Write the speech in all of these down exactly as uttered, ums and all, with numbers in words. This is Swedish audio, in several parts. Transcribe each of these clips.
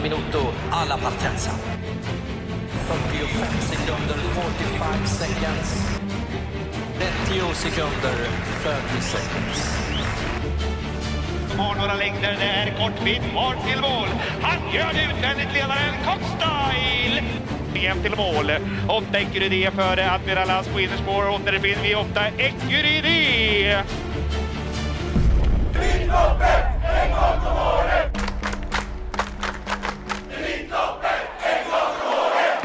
minuto alla partenza. fyrtiofem sekunder, fyrtiofem seconds. trettio sekunder, trettio seconds. Har några längder där, kort bit kvar till mål. Han gör det utvändigt, ledaren Cockstyle. Hem till mål. Åtta Ecuridé före Admiral As på innerspår. Och där finner vi åtta Ecuridé. Elitloppet, en gång om året! Elitloppet, en gång om året!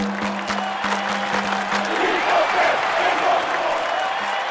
Elitloppet, en gång om året!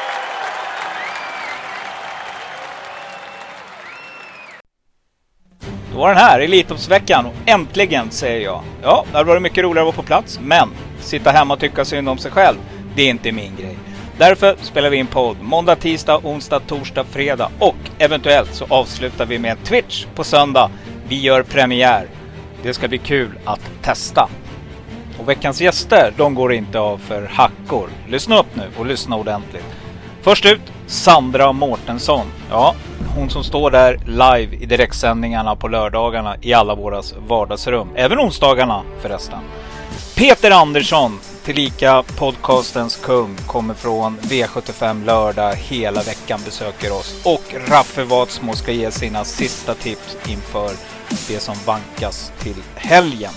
Då var den här Elitloppsveckan och äntligen, säger jag. Ja, det har varit mycket roligare att vara på plats, men sitta hemma och tycka synd om sig själv, det är inte min grej. Därför spelar vi in podd måndag, tisdag, onsdag, torsdag, fredag och eventuellt så avslutar vi med en Twitch på söndag. Vi gör premiär. Det ska bli kul att testa. Och veckans gäster, de går inte av för hackor. Lyssna upp nu och lyssna ordentligt. Först ut, Sandra Mårtensson. Ja, hon som står där live i direktsändningarna på lördagarna i alla våras vardagsrum. Även onsdagarna förresten. Peter Andersson, tillika podcastens kung, kommer från V sjuttiofem lördag hela veckan, besöker oss. Och Raffe Watsmo ska ge sina sista tips inför det som vankas till helgen.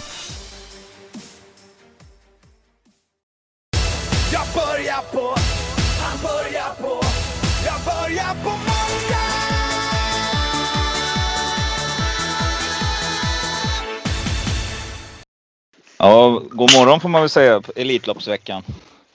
Jag börjar på, han börjar på, jag börjar på måndag! Ja, god morgon får man väl säga, Elitloppsveckan.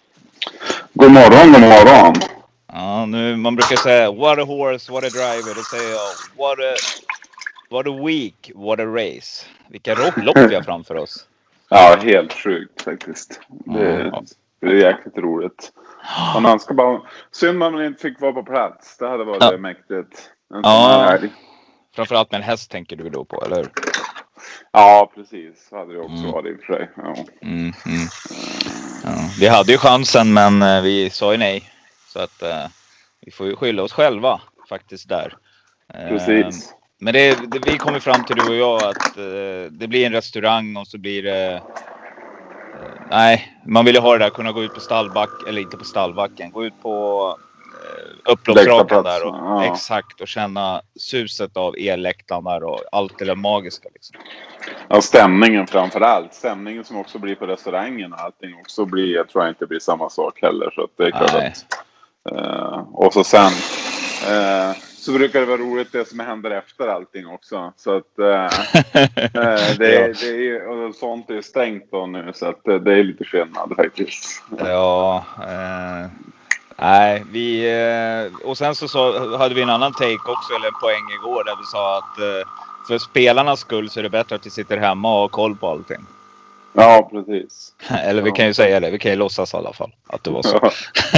God morgon, god morgon. Ja, nu, man brukar säga what a horse, what a driver. Då säger jag what a, what a week, what a race. Vilka lopp vi har framför oss. Ja, helt sjukt faktiskt. Det, ja. det är jäkligt roligt. Och man ska bara, synd man inte fick vara på plats. Det hade varit ja. mäktigt. En ja, framförallt med en häst tänker du då på, eller? Ja, precis. Så hade det också mm. varit i och för sig. Ja. Mm, mm. Ja. Vi hade ju chansen, men uh, vi sa ju nej. Så att uh, vi får ju skylla oss själva faktiskt där. Uh, Precis. Men det, det, vi kommer fram till, du och jag, att uh, det blir en restaurang och så blir det... Uh, nej, man vill ju ha det där, kunna gå ut på stallback, eller inte på stallbacken, gå ut på uh, upploppsrakan där och, ja. exakt, och känna suset av elläktaren där och allt det där magiska liksom. Ja, stämningen framförallt. Stämningen som också blir på restaurangen och allting också blir, jag tror inte blir samma sak heller. Så att det är klart att, uh, och så sen uh, så brukar det vara roligt det som händer efter allting också. Så att uh, uh, det, ja. det är, och sånt är stängt då nu, så att uh, det är lite skillnad faktiskt. Ja, uh... Nej, vi, och sen så, så hade vi en annan take också, eller en poäng igår, där vi sa att för spelarnas skull så är det bättre att vi sitter hemma och har koll på allting. Ja, precis. Eller vi kan ju säga det, vi kan ju låtsas i alla fall att det var så.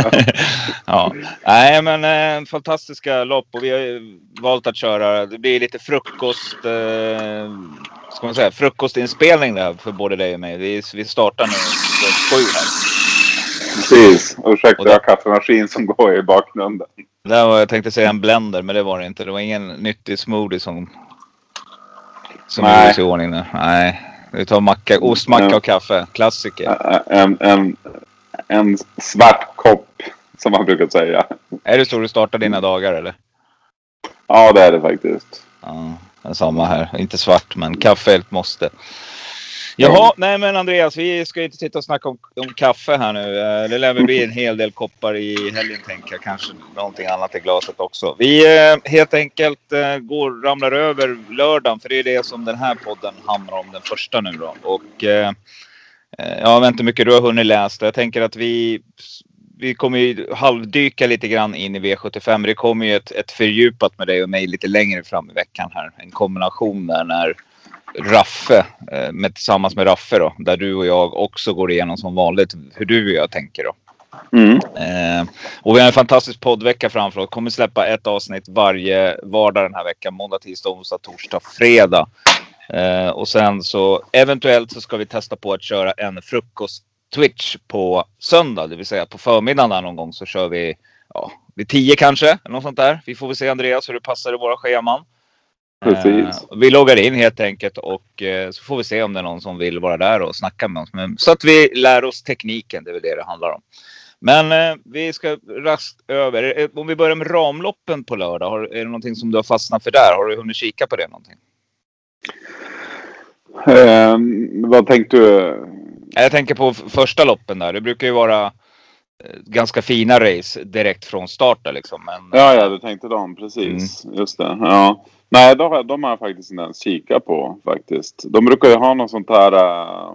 Ja. Nej, men fantastiska lopp, och vi har valt att köra, det blir lite frukost, ska man säga, frukostinspelning där för både dig och mig. Vi, vi startar nu sju här. Precis, ursäkta, jag har kaffemaskin som går i bakgrunden. Det var, jag tänkte säga en blender, men det var det inte. Det var ingen nyttig smoothie som som gjordes i ordning nu. Nej, vi tar macka, ostmacka och kaffe, klassiker. En, en, en svart kopp, som man brukar säga. Är det så du startar dina dagar, eller? Ja, det är det faktiskt. Ja, det är samma här. Inte svart, men kaffe helt måste. Jaha, nej men Andreas, vi ska inte sitta och snacka om, om kaffe här nu. Det lär väl bli en hel del koppar i helgen, tänker jag. Kanske någonting annat i glaset också. Vi eh, helt enkelt eh, går, ramlar över lördagen, för det är det som den här podden handlar om, den första nu då. Och eh, jag vet inte hur mycket du har hunnit läsa. Jag tänker att vi, vi kommer ju halvdyka lite grann in i V sjuttiofem. Det kommer ju ett, ett fördjupat med dig och mig lite längre fram i veckan här. En kombination där när Raffe, med, tillsammans med Raffe då, där du och jag också går igenom som vanligt hur du och jag tänker då. Mm. Eh, och vi har en fantastisk poddvecka framför oss. Kommer släppa ett avsnitt varje vardag den här veckan. Måndag, tisdag, onsdag, torsdag, fredag. Eh, och sen så eventuellt så ska vi testa på att köra en frukost Twitch på söndag. Det vill säga på förmiddagen där någon gång så kör vi ja, vid tio kanske. Eller något sånt där. Vi får väl se, Andreas, hur det passar i våra scheman. Precis. Eh, vi loggar in helt enkelt och eh, så får vi se om det är någon som vill vara där och snacka med oss. Men, så att vi lär oss tekniken, det är väl det det handlar om. Men eh, vi ska raskt över. Om vi börjar med ramloppen på lördag. Har, är det någonting som du har fastnat för där? Har du hunnit kika på det någonting? Eh, vad tänkte du? Jag tänker på första loppen där. Det brukar ju vara eh, ganska fina race direkt från starten liksom. Men, ja, ja, du tänkte dem. Precis. Mm. Just det. Ja. Nej, de, de har jag faktiskt inte ens kika på faktiskt. De brukar ju ha något sånt här... Uh,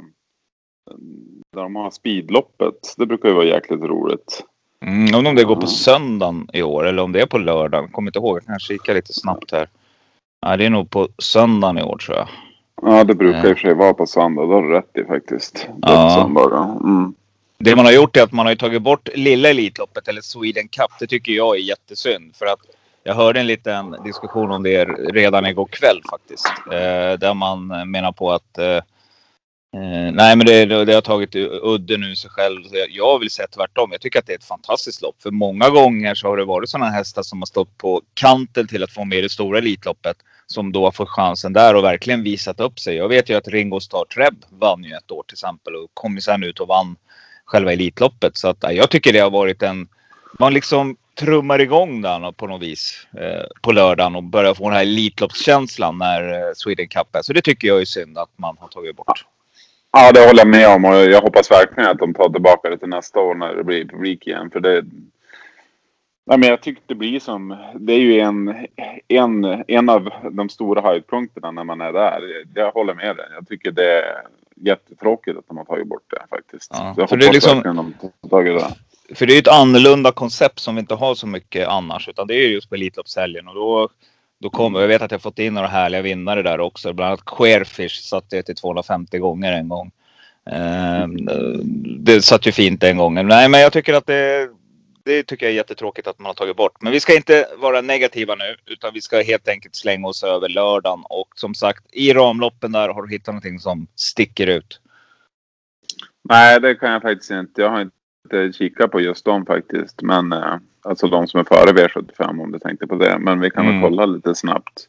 där de har speedloppet. Det brukar ju vara jäkligt roligt. Mm, om det går på söndagen i år eller om det är på lördagen. Kommer inte ihåg, jag kan kika lite snabbt här. Nej, det är nog på söndagen i år tror jag. Ja, det brukar i och för sig vara på söndag. Då har du rätt i faktiskt. Ja. Mm. Det man har gjort är att man har tagit bort lilla Elitloppet eller Sweden Cup. Det tycker jag är jättesynd. För att jag hörde en liten diskussion om det redan igår kväll faktiskt. Eh, där man menar på att... Eh, Eh, nej men det, det har tagit udden ur sig själv. Jag vill säga tvärtom. Jag tycker att det är ett fantastiskt lopp. För många gånger så har det varit sådana hästar som har stått på kanten till att få med det stora Elitloppet. Som då har fått chansen där och verkligen visat upp sig. Jag vet ju att Ringo Starr Treb vann ju ett år till exempel. Och kom ju sen ut och vann själva Elitloppet. Så att, jag tycker det har varit en... Man liksom trummar igång där på något vis eh, på lördagen. Och börjar få den här Elitloppskänslan när eh, Sweden Cup är. Så det tycker jag är synd att man har tagit bort. Ja, det håller jag med om och jag hoppas verkligen att de tar tillbaka det till nästa år när det blir publik igen. För det... Nej, men jag tycker det blir som... Det är ju en, en, en av de stora höjdpunkterna när man är där. Jag håller med dig. Jag tycker det är jättetråkigt att de har tagit bort det faktiskt. Ja, jag för det är liksom... de tar tagit det. För det är ett annorlunda koncept som vi inte har så mycket annars. Utan det är just på Elitloppshelgen och då... Då kommer, jag vet att jag fått in några härliga vinnare där också. Bland annat Queerfish satt det till tvåhundrafemtio gånger en gång. Eh, det satt ju fint en gång. Nej, men jag tycker att det, det tycker jag är jättetråkigt att man har tagit bort. Men vi ska inte vara negativa nu. Utan vi ska helt enkelt slänga oss över lördagen. Och som sagt, i ramloppen där har du hittat någonting som sticker ut. Nej, det kan jag faktiskt inte. Jag har inte kikat på just dem faktiskt. Men... Eh... Alltså de som är före V sjuttiofem om du tänkte på det. Men vi kan mm. väl kolla lite snabbt.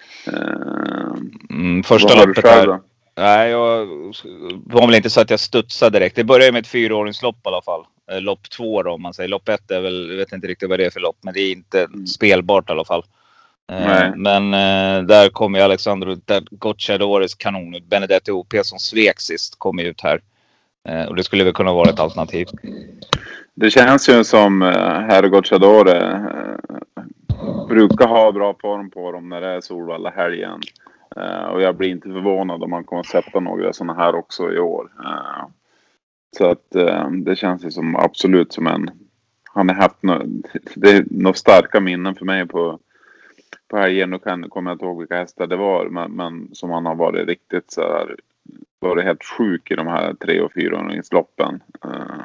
Uh, mm, första loppet här. Nej, jag var väl inte så att jag studsade direkt. Det började med ett fyraåringslopp i alla fall. Eh, lopp två då om man säger. Lopp ett är väl, jag vet inte riktigt vad det är för lopp. Men det är inte mm. spelbart i alla fall. Eh, men eh, där kommer ju Alexander Gocciadores kanon ut. Benedetto O P som svek sist kom ut här. Eh, och det skulle väl kunna vara ett alternativ. Det känns ju som uh, herr Gocciadore uh, brukar ha bra form på dem när det är Solvalla helgen. Uh, och jag blir inte förvånad om man kommer sätta några sådana här också i år. Uh, så att uh, det känns ju som absolut som en... Han har haft no, det är några starka minnen för mig på, på helgen. Nu kan, kommer jag inte ihåg vilka hästar det var. Men, men som han har varit riktigt så här... Varit helt sjuk i de här tre- och fyraåringsloppen. Uh,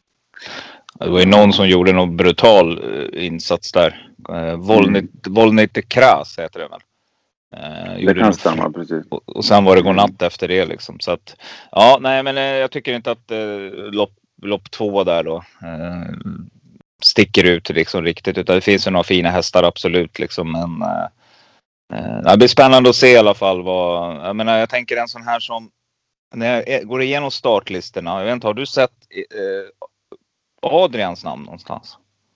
Det var ju någon som gjorde någon brutal uh, insats där. Uh, Volnit, mm. Volnit Kras heter det väl. Uh, det kan stämma, precis. Och, och sen var det godnatt efter det liksom. Så att, ja, nej men uh, jag tycker inte att uh, lopp, lopp två där då uh, sticker ut liksom riktigt. Utan det finns ju några fina hästar absolut liksom. Men uh, uh, det blir spännande att se i alla fall vad... Jag menar, jag tänker en sån här som... När jag går igenom startlistorna. Jag vet inte, har du sett... Uh, Adrians namn någonstans?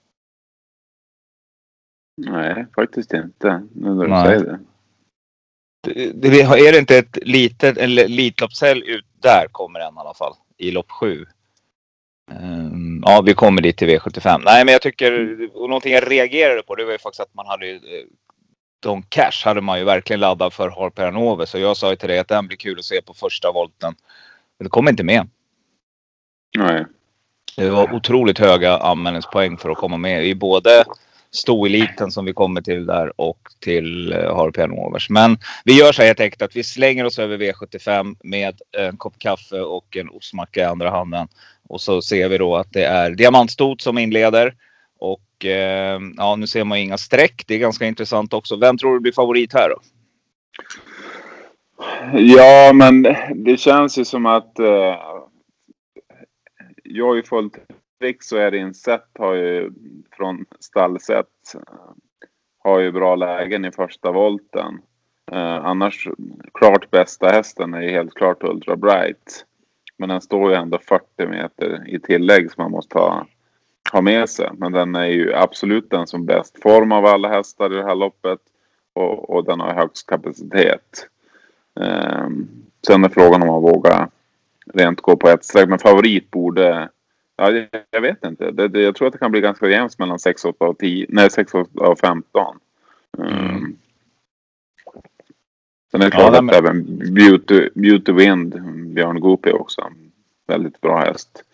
Nej, faktiskt inte. Nu när du Nej. säger det. Det, det. Är det inte ett litet eller Elitloppshelg ut där kommer den i alla fall i lopp sju. Um, ja, vi kommer dit till V sjuttiofem. Nej, men jag tycker och någonting jag reagerade på det var ju faktiskt att man hade ju Don Cash hade man ju verkligen laddat för Harper Hanover, så jag sa ju till dig att den blir kul att se på första volten. Men det kommer inte med. Nej. Det var otroligt höga anmälningspoäng för att komma med i både stoeliten som vi kommer till där och till Harper Hanovers. Men vi gör så här helt enkelt att vi slänger oss över V sjuttiofem med en kopp kaffe och en ostmacka i andra handen. Och så ser vi då att det är diamantstot som inleder. Och eh, ja, nu ser man inga streck. Det är ganska intressant också. Vem tror du blir favorit här då? Ja, men det känns ju som att eh, jag är ju fullt trick så är det en set har ju från stallset har ju bra lägen i första volten. Eh, annars, klart bästa hästen är ju helt klart Ultra Bright. Men den står ju ändå fyrtio meter i tillägg som man måste ha, ha med sig. Men den är ju absolut den som bäst form av alla hästar i det här loppet. Och, och den har högst kapacitet. Eh, sen är frågan om man vågar rent gå på ett streck. Men favorit borde... Ja, jag, jag vet inte. Det, det, jag tror att det kan bli ganska jämnt mellan sex åtta och tio. Nej, sex åtta och femton. Mm. Sen är det klart ja, att men... även Beauty, Beauty Wind, Björn Goop är också en väldigt bra häst.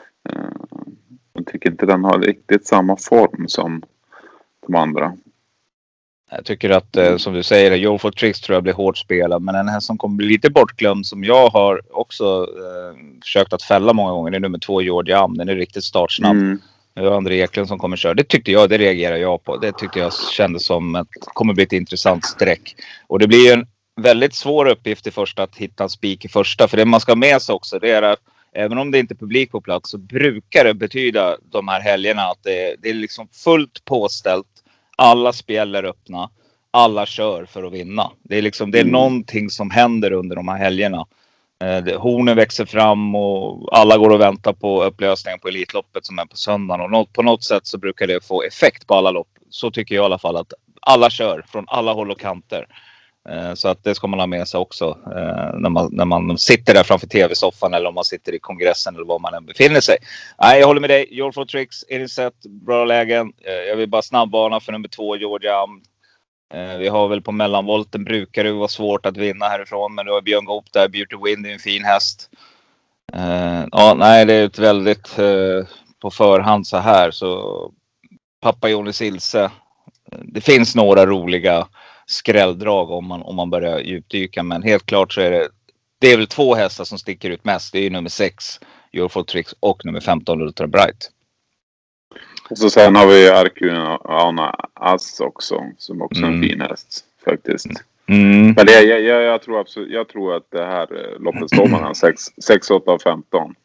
Jag tycker inte den har riktigt samma form som de andra. Jag tycker att, eh, som du säger, Joe for Tricks tror jag blir hårt spelad. Men en häst som kommer bli lite bortglömd, som jag har också eh, försökt att fälla många gånger, det är nummer två, Georgia Am. Den är riktigt startsnabb. Mm. Det är André Eklund som kommer köra. Det tyckte jag, det reagerar jag på. Det tyckte jag kändes som att det kommer bli ett intressant streck. Och det blir ju en väldigt svår uppgift i första att hitta en spik i första. För det man ska ha med sig också, det är att även om det inte är publik på plats så brukar det betyda de här helgerna att det, det är liksom fullt påställt. Alla spel är öppna. Alla kör för att vinna. Det är liksom, det är någonting som händer under de här helgerna. Eh, hornen växer fram och alla går och väntar på upplösningen på Elitloppet som är på söndagen. Och något, på något sätt så brukar det få effekt på alla lopp. Så tycker jag i alla fall att alla kör från alla håll och kanter. Eh, så att det ska man ha med sig också. Eh, när, man, när man sitter där framför tv-soffan eller om man sitter i kongressen eller var man än befinner sig. Nej, jag håller med dig. Your for Tricks, Elisett, bra lägen. Eh, jag vill bara snabbvarna för nummer två, Georgia Am. Eh, vi har väl på mellanvolten brukar det vara svårt att vinna härifrån. Men du har Björn Goop där, Beauty Wind är en fin häst. Eh, ja, nej, det är ett väldigt eh, på förhand så här. Så pappa Jonas Ilse. Det finns några roliga skrälldrag om man, om man börjar djupdyka. Men helt klart så är det, det är väl två hästar som sticker ut mest. Det är nummer sex, Your for Tricks, och nummer femton, Ultra Bright. Och så sen har vi Arcuna Ass också, som också är en mm. fin häst faktiskt. Mm. Men det, jag, jag, jag, tror absolut, jag tror att det här loppet står mellan sex, åtta och femton.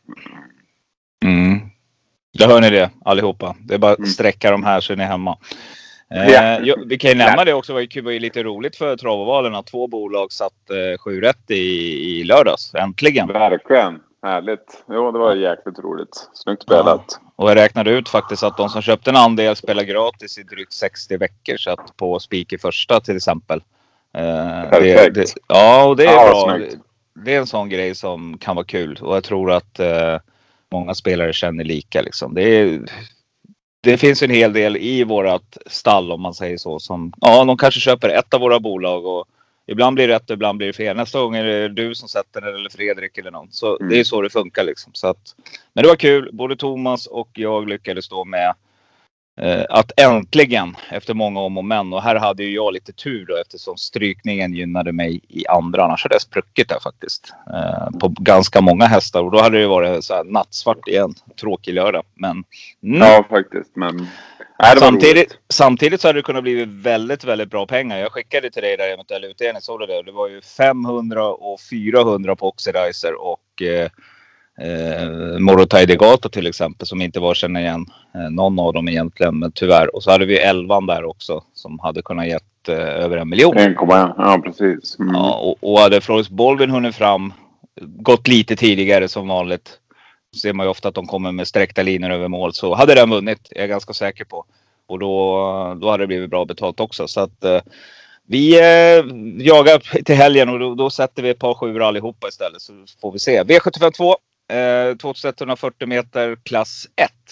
Mm. Då hör ni det allihopa. Det är bara att mm. sträcka de här så är ni hemma. Eh, ja. jag, vi kan ju nämna det också, det var ju lite roligt för Travovalen att två bolag satt eh, sju rätt i, i lördags. Äntligen. Verkligen. Härligt. Jo, det var jäkligt roligt. Snyggt spelat. Ja. Och jag räknade ut faktiskt att de som köpte en andel spelar gratis i drygt sextio veckor. Så att på spik i första till exempel. Eh, Perfekt. Det, det, ja, och det är ja, bra. Det, det är en sån grej som kan vara kul. Och jag tror att eh, många spelare känner lika liksom. Det är... Det finns en hel del i vårat stall om man säger så. Som, ja, de kanske köper ett av våra bolag och ibland blir det rätt och ibland blir det fel. Nästa gång är det du som sätter det eller Fredrik eller någon. Så mm. det är så det funkar liksom. Så att, men det var kul. Både Thomas och jag lyckades stå med eh, att äntligen efter många om och men. Och här hade ju jag lite tur då eftersom strykningen gynnade mig i andra. Annars hade jag spruckit där faktiskt. Eh, på ganska många hästar. Och då hade det varit så här nattsvart igen. Tråkig lördag. Men, mm. Ja faktiskt. Men... Nej, samtidigt, samtidigt så hade det kunnat bli väldigt, väldigt bra pengar. Jag skickade till dig där eventuell utdelning. Så det, det var ju femhundra och fyrahundra på Oxidizer och eh, eh, Morotai de Gato till exempel. Som inte var känna igen eh, någon av dem egentligen. Men tyvärr. Och så hade vi elvan där också. Som hade kunnat gett eh, över en miljon. en komma ett, ja precis. Mm. Ja, och, och hade Flores Baldwin hunnit fram. Gått lite tidigare som vanligt. Så ser man ju ofta att de kommer med sträckta linjer över mål. Så hade den vunnit, är jag ganska säker på. Och då, då hade det blivit bra betalt också. Så att eh, vi eh, jagar till helgen och då, då sätter vi ett par sjuor allihopa istället. Så får vi se. V sjuttiofem två, eh, tjugoett fyrtio meter, klass ett.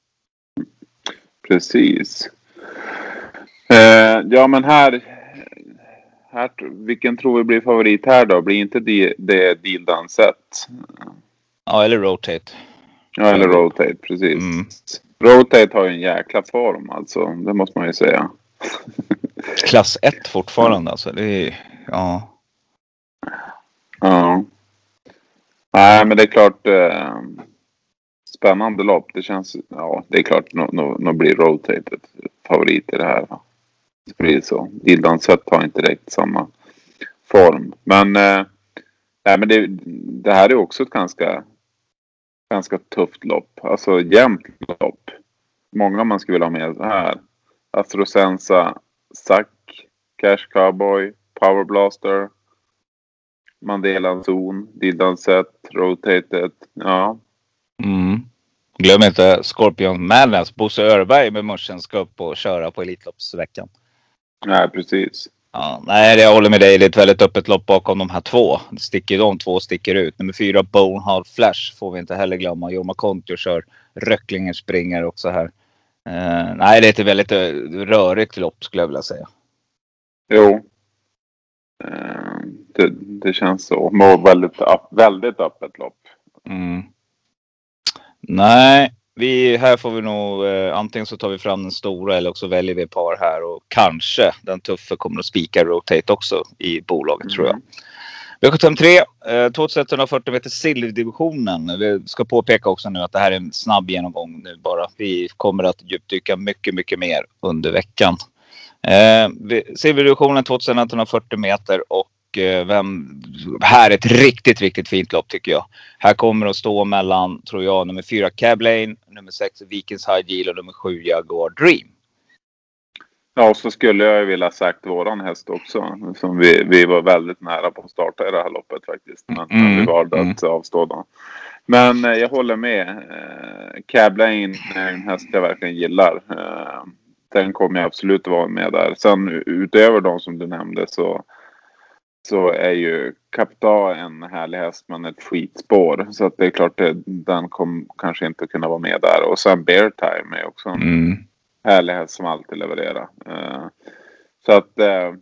Precis. Eh, ja men här, här, vilken tror vi blir favorit här då? Blir inte det, det Deal Done Set? Ja, eller Rotate. Ja, eller Rotate, precis. Mm. Rotate har ju en jäkla form, alltså. Det måste man ju säga. Klass ett fortfarande, alltså. Det är, ja. Ja. Nej, men det är klart. Eh, spännande lopp. Det känns, ja, det är klart. Nu no, no, no blir Rotate ett favorit i det här. Det blir så. Dildan Sött har inte direkt samma form. Men, eh, nej, men det, det här är också ett ganska... ganska tufft lopp. Alltså jämnt lopp. Många man skulle vilja ha med här. Astrosensa, Sack, Cash Cowboy, Power Blaster, Mandela Zone, Diddan Set, Rotated. Ja. Mm. Glöm inte Scorpion Madness. Bosse Örberg med morsen ska upp och köra på Elitloppsveckan. Nej, precis. Ja, nej, jag håller med dig. Det är ett väldigt öppet lopp bakom de här två. Det sticker, de två sticker ut. Nummer fyra, Bonehard Flash, får vi inte heller glömma. Jorma Kontio kör. Röcklinger springer också här. Uh, nej, det är ett väldigt uh, rörigt lopp skulle jag vilja säga. Jo. Uh, det, det känns så. Men väldigt, väldigt öppet lopp. Mm. Nej, vi, här får vi nog uh, antingen så tar vi fram den stora eller också väljer vi ett par här. Och kanske den tuffa kommer att spika Rotate också i bolaget, mm. tror jag. V sjuttiofemtre, eh, tjugoett fyrtio meter silverdivisionen. Vi ska påpeka också nu att det här är en snabb genomgång nu bara. Vi kommer att djupdyka mycket, mycket mer under veckan. Eh, silverdivisionen tjugoett fyrtio meter och eh, vem, här är ett riktigt, riktigt fint lopp tycker jag. Här kommer att stå mellan, tror jag, nummer fyra Cab Lane, nummer sex Vikings High Deal och nummer sju Jaguar Dream. Ja, och så skulle jag vilja sagt våran häst också. Som vi, vi var väldigt nära på att starta i det här loppet faktiskt. Men, mm, men vi valde mm. att avstå då. Men eh, jag håller med. Eh, Cab Lane är en häst jag verkligen gillar. Eh, den kommer jag absolut att vara med där. Sen utöver de som du nämnde så, så är ju Capta en härlig häst men ett skitspår. Så att det är klart att den kommer kanske inte kunna vara med där. Och sen Bear Time är också en mm. härlig häst som alltid levererar. Uh, så att uh,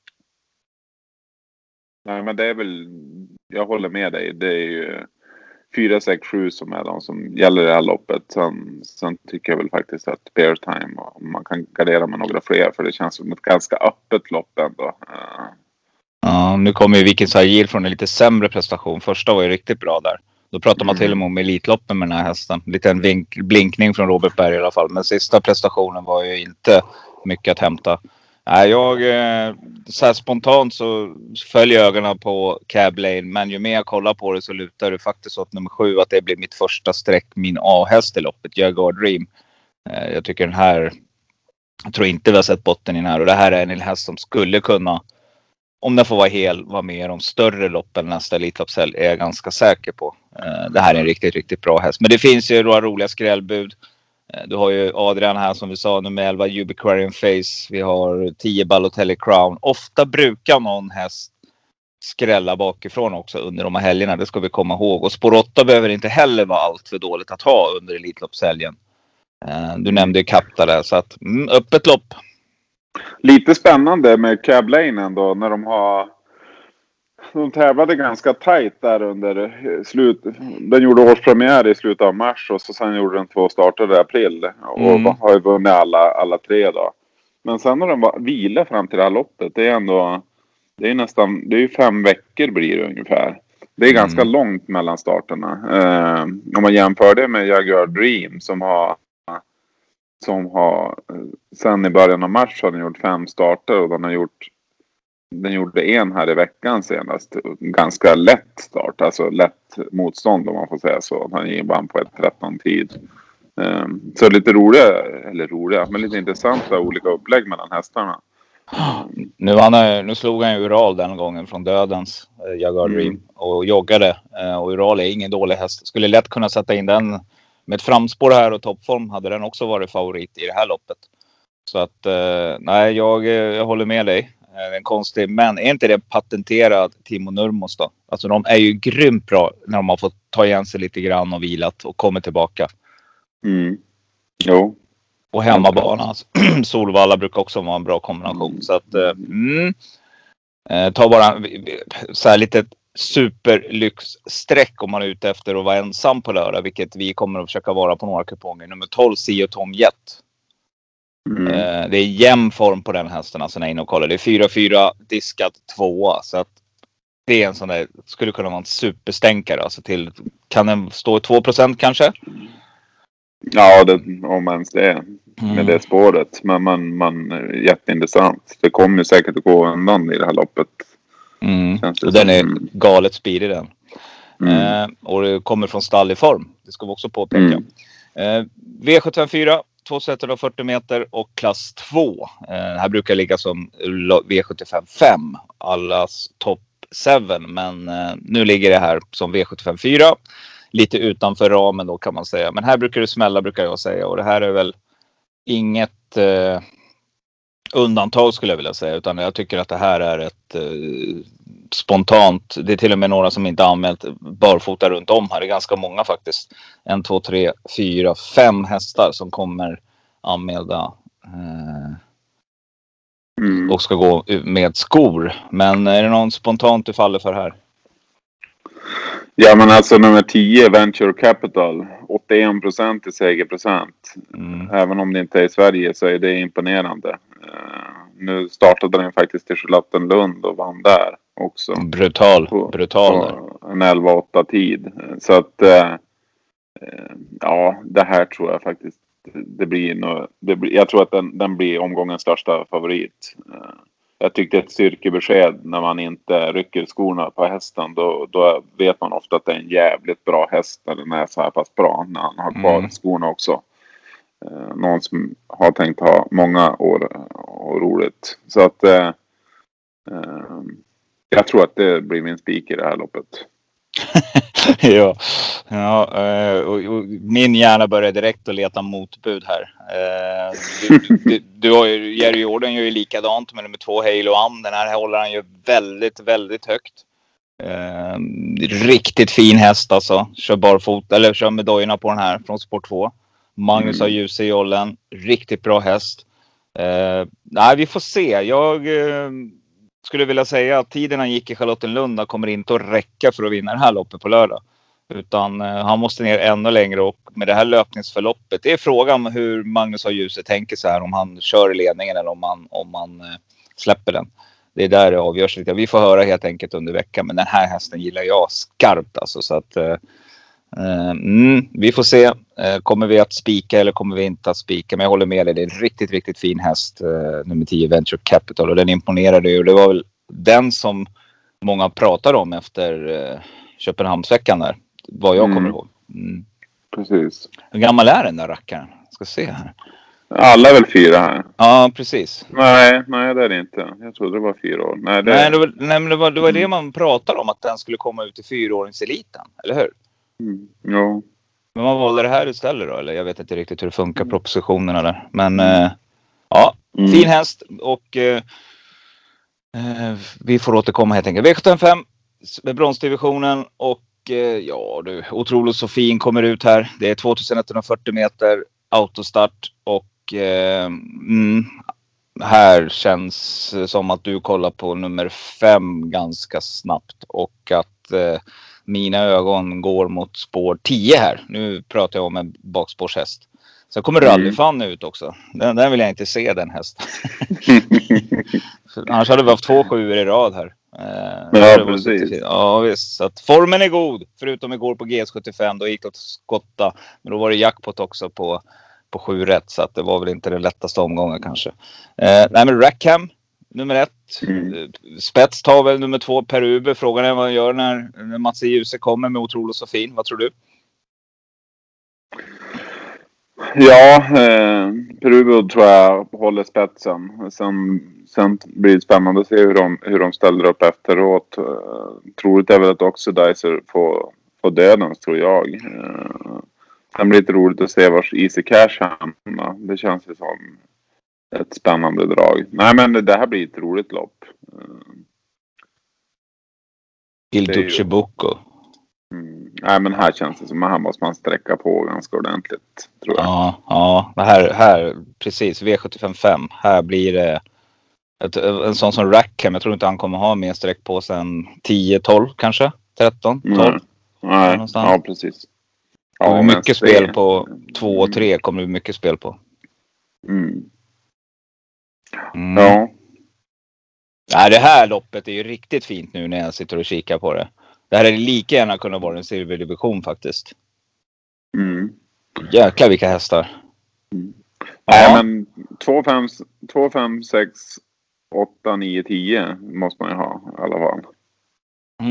nej men det är väl, jag håller med dig, det är ju fyra sex sju som är de som gäller i det här loppet. Sen, sen tycker jag väl faktiskt att Bear Time, och man kan gardera med några fler för det känns som ett ganska öppet lopp ändå. Uh. Ja, nu kommer ju Vikings High Yield från en lite sämre prestation. Första var ju riktigt bra där. Då pratar man till och med om elitloppen med den här hästen. Lite en vink, blinkning från Robert Berg i alla fall. Men sista prestationen var ju inte mycket att hämta. Nej, jag så här spontant så följer ögonen på Cab Lane. Men ju mer jag kollar på det så lutar det faktiskt åt nummer sju att det blir mitt första streck, min A-häst i loppet, Jaguar Dream. Jag tycker den här, jag tror inte vi har sett botten i den här. Och det här är en häst som skulle kunna, om den får vara hel, vara med i de större loppen nästa Elitloppshelg är jag ganska säker på. Det här är en riktigt, riktigt bra häst. Men det finns ju några roliga skrällbud. Du har ju Adrian här som vi sa, nummer elva Ubiquarian Face. Vi har tio Balotelli Crown. Ofta brukar någon häst skrälla bakifrån också under de här helgerna. Det ska vi komma ihåg. Och spår åtta behöver inte heller vara allt för dåligt att ha under Elitloppshelgen. Du nämnde ju Kapta där, så att mm, öppet lopp. Lite spännande med Cab Lane ändå när de har, de tävlade ganska tajt där under slut. Den gjorde årspremiär i slutet av mars och så sen gjorde den två starter i april och mm. har ju vunnit alla, alla tre då. Men sen har den bara vila fram till det här loppet. Det är ändå, det är nästan, det är ju fem veckor blir det ungefär. Det är mm. ganska långt mellan starterna. Eh, om man jämför det med Jaguar Dream som har som har sen i början av mars har den gjort fem starter och den har gjort den gjorde en här i veckan senast, ganska lätt start, alltså lätt motstånd om man får säga så. Han gick bara på ett tretton tid. Um, så lite roliga, eller roliga, men lite intressanta olika upplägg mellan hästarna. Um, nu, han, nu slog han ju Ural den gången från dödens uh, Jaguar Dream mm. och joggade. Uh, och Ural är ingen dålig häst. Skulle lätt kunna sätta in den med ett framspår här och toppform hade den också varit favorit i det här loppet. Så att, uh, nej, jag, jag håller med dig. En konstig, men är inte det patenterad Timo Nurmos då? Alltså de är ju grymt bra när de har fått ta igen sig lite grann och vilat och kommer tillbaka. Mm. Jo. Och hemmabana. Solvalla brukar också vara en bra kombination. Mm. Så att, mm, ta bara så här lite superlyxsträck om man är ute efter att vara ensam på lördag. Vilket vi kommer att försöka vara på några kuponger. Nummer tolv, Sio Tom Jet. Mm. Det är jämn form på den hästen, alltså när jag är inne och kollar. Det är fyra fyra diskat tvåa, så att det är en sån där, skulle kunna vara en superstänkare. Alltså till, kan den stå i två procent kanske? Ja, det, om ens det är med mm. det spåret. Men man, man jätteintressant. Det kommer ju säkert att gå undan i det här loppet. Mm. Och den är galet speedig den. Mm. Eh, och det kommer från stall i form. Det ska vi också påpeka. Mm. Eh, V sjuttiofyra tvåtusen fyrtio meter och klass två. Eh, här brukar ligga som V sjuttiofem fem, allas topp sju, men eh, nu ligger det här som V sjuttiofem fyra. Lite utanför ramen då kan man säga. Men här brukar det smälla, brukar jag säga. Och det här är väl inget eh, undantag skulle jag vilja säga. Utan jag tycker att det här är ett eh, spontant. Det är till och med några som inte anmält barfota runt om här. Det är ganska många faktiskt. En, två, tre, fyra, fem hästar som kommer anmälda. Eh, mm. Och ska gå med skor. Men är det någon spontant du faller för här? Ja, men alltså nummer tio, Venture Capital, åttioen procent i segerprocent. Mm. Även om det inte är i Sverige så är det imponerande. Uh, nu startade den faktiskt i Charlottenlund och vann där också. Brutal, på, brutal på en elva åtta tid. Så att, uh, uh, ja, det här tror jag faktiskt, det blir nog, det blir, jag tror att den, den blir omgångens största favorit. Uh, Jag tyckte ett styrkebesked när man inte rycker skorna på hästen. Då, då vet man ofta att det är en jävligt bra häst när den är så här pass bra. När han har kvar mm. skorna också. Eh, någon som har tänkt ha många år och roligt. Så att eh, eh, jag tror att det blir min spik i det här loppet. ja, ja och, och min hjärna börjar direkt att leta motbud här. Du, du, du har ju, Jerry Jordan gör ju likadant med nummer två Halo Am. Den här håller han ju väldigt, väldigt högt. Eh, riktigt fin häst alltså. Kör barfot, eller kör med dojorna på den här från Sport två. Magnus mm. har ljus i jollen. Riktigt bra häst. Eh, nej, vi får se. Jag... Eh, skulle vilja säga att tiden han gick i Charlottenlund kommer inte att räcka för att vinna det här loppet på lördag. Utan eh, han måste ner ännu längre, och med det här löpningsförloppet. Det är frågan om hur Magnus har ljuset tänker så här. Om han kör i ledningen eller om man, om man eh, släpper den. Det är där det avgörs lite. Vi får höra helt enkelt under veckan. Men den här hästen gillar jag skarpt alltså. Så att eh, eh, mm, vi får se. Eh, kommer vi att spika eller kommer vi inte att spika? Men jag håller med dig. Det är en riktigt, riktigt fin häst. Eh, nummer tio Venture Capital. Och den imponerade ju. Det var väl den som många pratade om efter eh, Köpenhamnsveckan där. Vad jag mm. kommer ihåg. Mm. Precis. Hur gammal är den där rackaren? Ska se här. Alla är väl fyra här? Ja, precis. Nej, nej det är det inte. Jag trodde det var fyra år. Nej, det, nej, det, var, nej, men det var det, var det man pratade om. Att den skulle komma ut i fyraåringseliten. Eller hur? Mm. Ja. Men man valde det här istället då? Eller jag vet inte riktigt hur det funkar, propositionerna där. Men äh, ja, mm. fin häst. Och äh, vi får återkomma helt enkelt. V sjuttiofem med bronsdivisionen. Och äh, ja du, otroligt så fin kommer ut här. Det är tvåtusen etthundrafyrtio meter autostart. Och äh, mm, här känns som att du kollar på nummer fem ganska snabbt. Och att äh, mina ögon går mot spår tio här. Nu pratar jag om en bakspårshäst. Så kommer mm. Rallyfan ut också. Den, den vill jag inte se, den hästen. Annars hade vi haft två sjuor i rad här. Eh, ja, precis. Ja, visst. Så att formen är god. Förutom igår på G S sjuttiofem. Då gick det att skotta. Men då var det jackpot också på, på sju rätt. Så att det var väl inte den lättaste omgången kanske. Eh, nej, men Rackham. Nummer ett. Mm. Spets tar väl nummer två Per Uber. Frågan är vad han gör när, när Mats Ljuse kommer med otroligt så fin. Vad tror du? Ja, eh, Per Uber tror jag håller spetsen. Sen, sen blir det spännande att se hur de, hur de ställer upp efteråt. Eh, troligt är väl att Oxidizer får, får dödens, tror jag. Eh, sen blir det roligt att se vars Easy Cash hamnar. Det känns ju som ett spännande drag. Nej, men det här blir ett roligt lopp. Il Duce Bucco. Mm. Nej, men här känns det som att här måste man sträcka på ganska ordentligt, tror jag. Ja, ja. Här, här precis. V sjuttiofem fem. Här blir det ett, en sån som Rackham. Jag tror inte han kommer ha mer sträck på sen tio tolv kanske. tretton tolv. Mm. Nej, ja precis. Ja, det mycket spel på två och tre kommer det mycket spel på. Mm. Mm. Ja. Nej, det här loppet är ju riktigt fint nu när jag sitter och kikar på det. Det här är lika gärna kunna vara en silverdivision faktiskt. Mm. Jäklar vilka hästar. Mm. Ja. Nej, men två, fem, sex, åtta, nio, tio måste man ju ha i alla fall. Mm.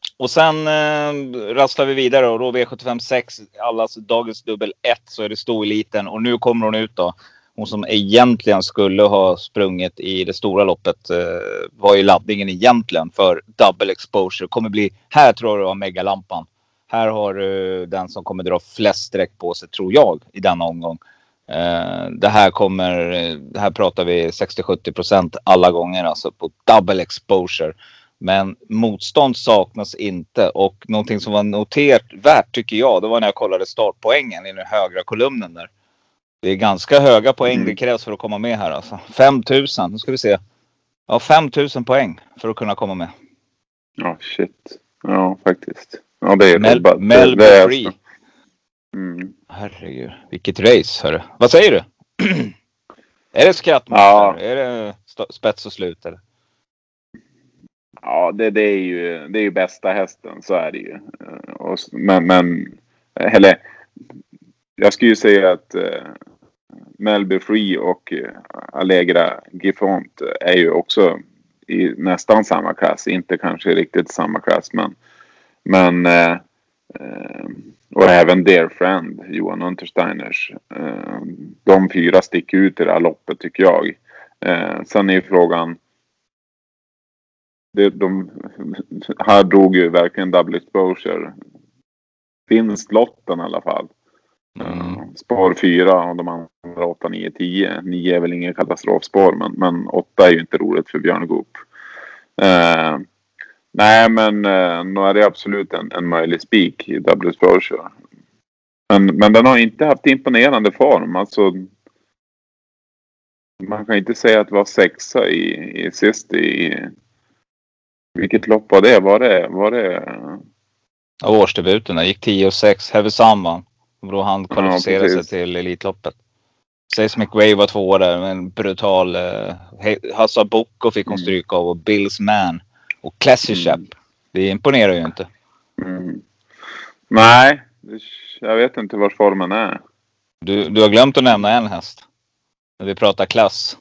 Och sen eh, rasslar vi vidare och då V sjuttiofem sex, allas dagens dubbel ett, så är det stoeliten. Och nu kommer hon ut då. Hon som egentligen skulle ha sprungit i det stora loppet eh, var ju laddningen egentligen för double exposure. Kommer bli, här tror jag, megalampan. Här har du uh, den som kommer dra flest streck på sig, tror jag, i denna omgång. Uh, det här kommer, det här pratar vi sextio till sjuttio procent alla gånger, alltså på double exposure. Men motstånd saknas inte, och någonting som var noterat värt tycker jag, det var när jag kollade startpoängen i den högra kolumnen där. Det är ganska höga poäng mm. det krävs för att komma med här alltså. fem tusen, nu ska vi se. Ja, fem tusen poäng för att kunna komma med. Ja, oh, shit. Ja, faktiskt. Ja, det är Mel- bara, Melby det är Free. Mm. Herregud, vilket race, hörru. Vad säger du? Är det skrattmål? Ja. Är det st- spets och slut eller? Ja, det, det är ju det är ju bästa hästen, så är det ju. Och, men, men eller jag skulle ju säga att uh, Melby Free och uh, Allegra Gifont är ju också i nästan samma klass, inte kanske riktigt samma klass, men men uh, uh, och även Dear Friend, Johan Untersteiners. Uh, de fyra sticker ut i det här loppet tycker jag. Uh, sen är ju frågan, det, de här drog ju verkligen double exposure. Finns lotten i alla fall. Mm. Spår fyra och de andra åtta, nio, tio. nio är väl ingen katastrofspår, men, men åtta är ju inte roligt för Björn Goop. Uh, nej, men uh, nu är det absolut en, en möjlig spik i double exposure. Men, men den har inte haft imponerande form. Alltså, man kan inte säga att det var sexa i, i sist i... Vilket lopp var det? Var det... Var det... Ja, årsdebuten. gick tio och sex. Heavy Samman. Då han kvalificerade ja, sig till Elitloppet. Says McRae var två år där. Men en brutal... Uh, Hassa Boko fick hon stryka av. Och Bills Man. Och Classy Chap. Mm. Det imponerar ju inte. Mm. Nej. Jag vet inte var formen är. Du, du har glömt att nämna en häst. När vi pratar klass.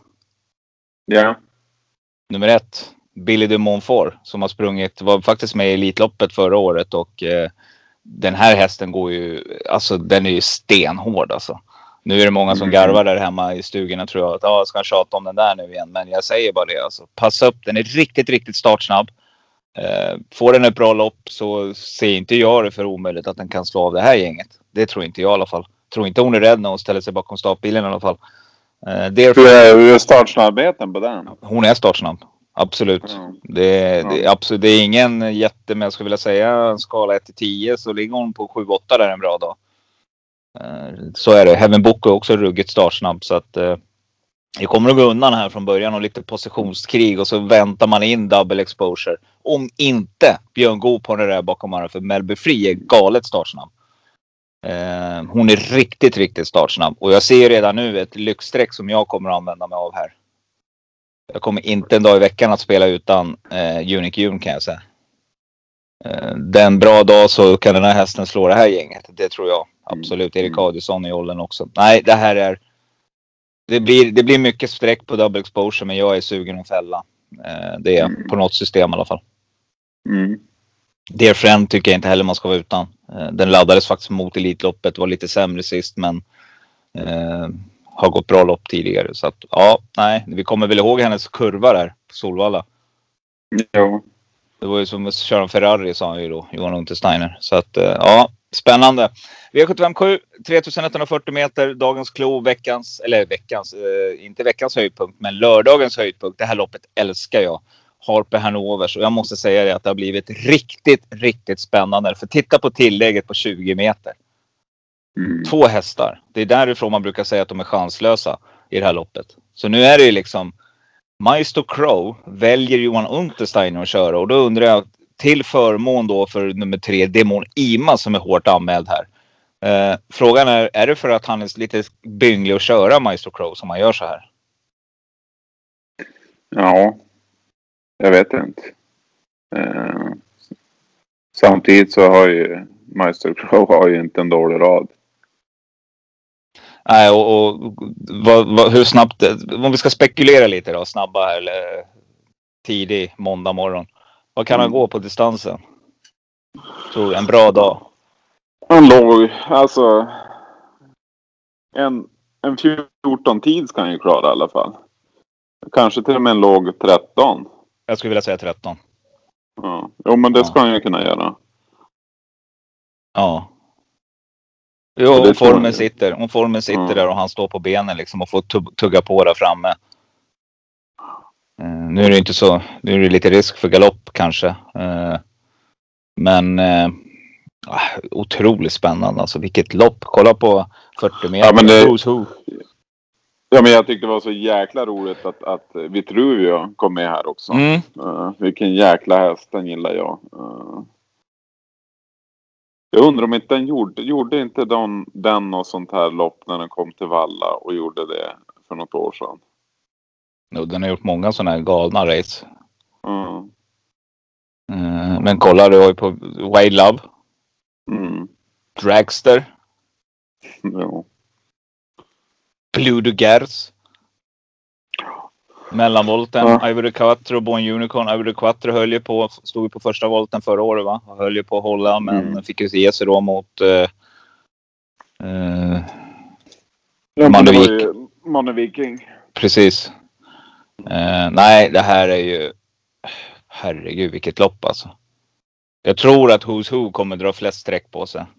Ja. Nummer ett. Billy de Montfort. Som har sprungit. Var faktiskt med i Elitloppet förra året. Och eh, den här hästen går ju. Alltså den är ju stenhård alltså. Nu är det många som mm. garvar där hemma i stugorna, tror jag. Att ah, jag ska tjata om den där nu igen. Men jag säger bara det alltså. Passa upp. Den är riktigt, riktigt startsnabb. Eh, får den ett bra lopp så ser inte jag det för omöjligt att den kan slå av det här gänget. Det tror inte jag i alla fall. Tror inte hon är rädd när hon ställer sig bakom startbilen i alla fall. Eh, därför... Hur är startsnabbheten på den? Hon är startsnabb. Absolut. Mm. Det, ja. det, absolut. Det är ingen jätte, men jag skulle vilja säga en skala ett till tio så ligger hon på sju åtta där en bra dag. Eh, så är det. Heaven Book är också ruggigt startsnabb, så att eh, jag kommer att gå undan här från början och lite positionskrig och så väntar man in double exposure. Om inte Björn Goop på det där bakom här, för Melby Free är galet startsnabb. Eh, hon är riktigt, riktigt startsnabb. Och jag ser redan nu ett lyxsträck som jag kommer att använda mig av här. Jag kommer inte en dag i veckan att spela utan eh, Unique June, kan jag säga. Eh, den bra dag så kan den här hästen slå det här gänget. Det tror jag. Absolut. Erik Adielsson i åldern också. Nej, det här är... Det blir, det blir mycket streck på double exposure, men jag är sugen att fälla. Eh, det är mm. på något system i alla fall. Mm. Dear Friend tycker jag inte heller man ska vara utan. Eh, den laddades faktiskt mot Elitloppet. Var lite sämre sist, men eh, har gått bra lopp tidigare. Så att, ja, nej. Vi kommer väl ihåg hennes kurva där på Solvalla. Ja. Det var ju som att köra en Ferrari, sa han ju då, Johan Untersteiner. Så att, eh, ja, spännande. V sjuttiofem sju, tretusen etthundrafyrtio meter, dagens klo, veckans, eller veckans, eh, inte veckans höjdpunkt, men lördagens höjdpunkt. Det här loppet älskar jag. Harper Hanovers, och jag måste säga det att det har blivit riktigt, riktigt spännande. För titta på tillägget på tjugo meter. Mm. Två hästar. Det är därifrån man brukar säga att de är chanslösa i det här loppet. Så nu är det ju liksom Maestro Crow väljer Johan Untersteiner att köra, och då undrar jag till förmån då för nummer tre, Demon Ima, som är hårt anmäld här. Eh, frågan är, är det för att han är lite bynglig att köra Maestro Crow som han gör så här? Ja, jag vet inte. Eh, samtidigt så har ju Maestro Crow har ju inte en dålig rad. Nej, och, och vad, vad, hur snabbt, om vi ska spekulera lite då, snabba här, eller tidig måndag morgon. Vad kan mm. han gå på distansen? Så en bra dag. En låg, alltså en, en fjorton tid ska han ju klara i alla fall. Kanske till och med en låg tretton. Jag skulle vilja säga tretton. Ja, jo, men det ja. ska han ju kunna göra. Ja. Jo, om formen sitter, om formen sitter ja. där och han står på benen liksom och får tugga på där framme. Uh, nu är det inte så, nu är det lite risk för galopp kanske. Uh, men uh, otroligt spännande alltså, vilket lopp. Kolla på fyrtio meter. Ja, men det, ja, men jag tyckte det var så jäkla roligt att, att Vitruvio kom med här också. Mm. Uh, vilken jäkla häst, den gillar jag. Uh, jag undrar om inte den gjorde, gjorde inte den, den och sånt här lopp när den kom till Valla och gjorde det för något år sedan. No, den har gjort många sådana här galna race. Mm. Uh, men kolla, du har ju på Wild Love. Mm. Dragster. Ja. Blue Dugers. Mellanvolten. Ja. Ivory Quattro, Born Unicorn. Ivory Quattro höll ju på, stod ju på första volten förra året va? Och höll ju på att hålla, men mm. fick ju ge sig då mot uh, uh, ja, Mannevik. Manneviking. Precis. Uh, nej, det här är ju herregud vilket lopp alltså. Jag tror att Who's Who kommer dra flest streck på sig.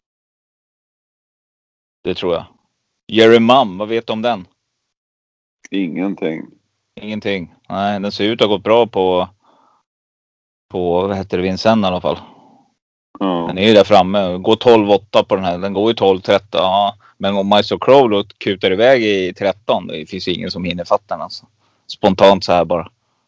Det tror jag. Jerry Mum, vad vet du om den? Ingenting. Ingenting. Nej, den ser ut att ha gått bra på på, vad heter det, Vincennes i alla fall. Mm. Den är ju där framme. Går tolv åtta på den här. Den går ju tolv tretton. Ja. Men om Maestro Crow då kutar iväg i tretton, det finns ju ingen som hinner fatta den alltså. Spontant så här bara.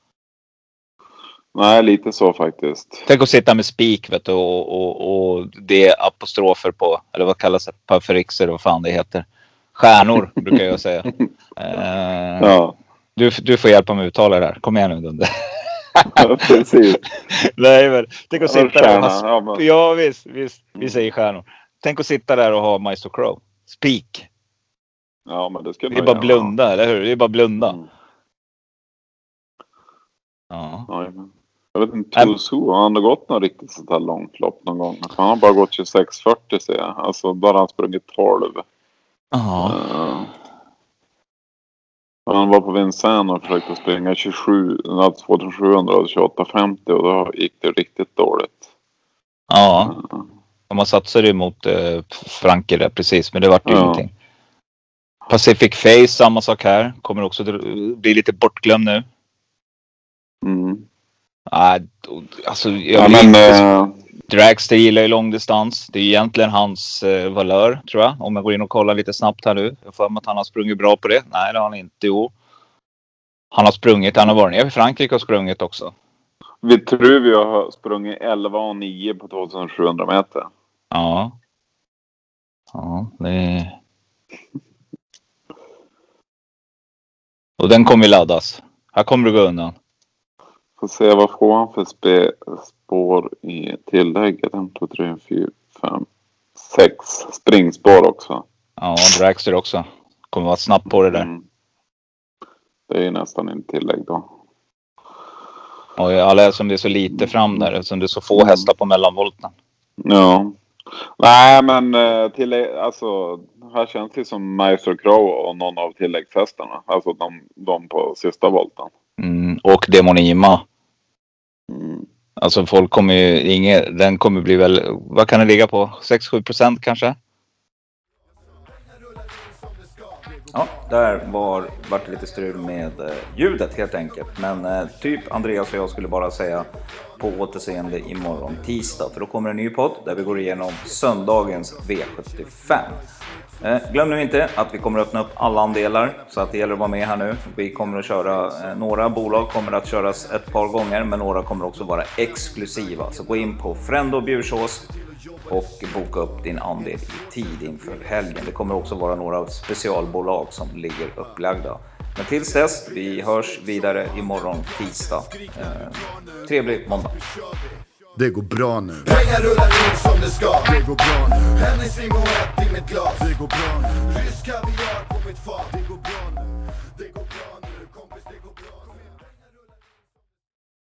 Nej, lite så faktiskt. Tänk att sitta med spik vet du, och, och, och det är apostrofer på, eller vad kallas det, parferixer och vad fan det heter. Stjärnor brukar jag säga. Uh, ja. du, du får hjälpa mig att uttala det här. Kom igen nu Dunder. Ja, precis. Nej, men tänk att sitta där och ha, ja, men... ja visst, visst, vi säger stjärnor. Tänk att sitta där och ha Maestro Crow. Spik. Ja, men det ska det är bara gärna. Blunda, eller hur? Det är bara blunda. Mm. Ja. Ja, jag vet inte, Tusu, han har gått något riktigt sånt här långt lopp någon gång. Han har bara gått tjugosex fyrtio ser jag. Alltså då har han sprungit tolv. Ja. Uh, han var på Vincennes och försökte springa tjugosju, tjugosjuhundra och tjugoåtta femtio och då gick det riktigt dåligt. Ja. Uh. Man satsade ju mot uh, Franke där precis, men det var ju uh. ingenting. Pacific Face, samma sak här. Kommer också bli lite bortglömd nu. Mm. Nej, alltså jag ja, men, äh... Dragster gillar ju långdistans. Det är egentligen hans äh, valör, tror jag. Om jag går in och kollar lite snabbt här nu. Jag får med att han har sprungit bra på det. Nej, det har han inte. Jo. Han har sprungit. Han har varit nere i Frankrike och sprungit också. Vitruvio har sprungit elva och nio på tjugosjuhundra meter. Ja. Ja, det är... Och den kommer laddas. Här kommer du gå undan. Får se vad får han för spe, spår i tillägget. ett, två, tre, fyra, fem, sex springspår också. Ja, Dragster också. Kommer vara snabbt på det där. Mm. Det är ju nästan en tillägg då. Och alla som det är så lite fram där. Som det är så få hästar på mellanvolten. Ja. Nej, men tillägg, alltså här känns det som Maestro Crow och någon av tilläggshästarna. Alltså de, de på sista volten. Mm, och Demonima. Mm. Alltså folk kommer ju inget, den kommer bli väl, vad kan det ligga på? sex till sju procent kanske? Ja, där var, var det lite strul med eh, ljudet helt enkelt. Men eh, typ Andreas och jag skulle bara säga på återseende imorgon tisdag. För då kommer en ny podd där vi går igenom söndagens V sjuttiofem. Eh, glöm nu inte att vi kommer att öppna upp alla andelar, så att det gäller att vara med här nu. Vi kommer att köra, eh, några bolag kommer att köras ett par gånger, men några kommer också vara exklusiva. Så gå in på Frendo Bjursås och boka upp din andel i tid inför helgen. Det kommer också vara några specialbolag som ligger upplagda. Men tills dess, vi hörs vidare imorgon tisdag. Eh, trevlig måndag. Det går bra nu. Pengar rullar in som det ska. Det går bra nu. Hennes rim och ett i mitt glas. Det går bra nu. Rysk kaviar på mitt fat. Det går bra nu.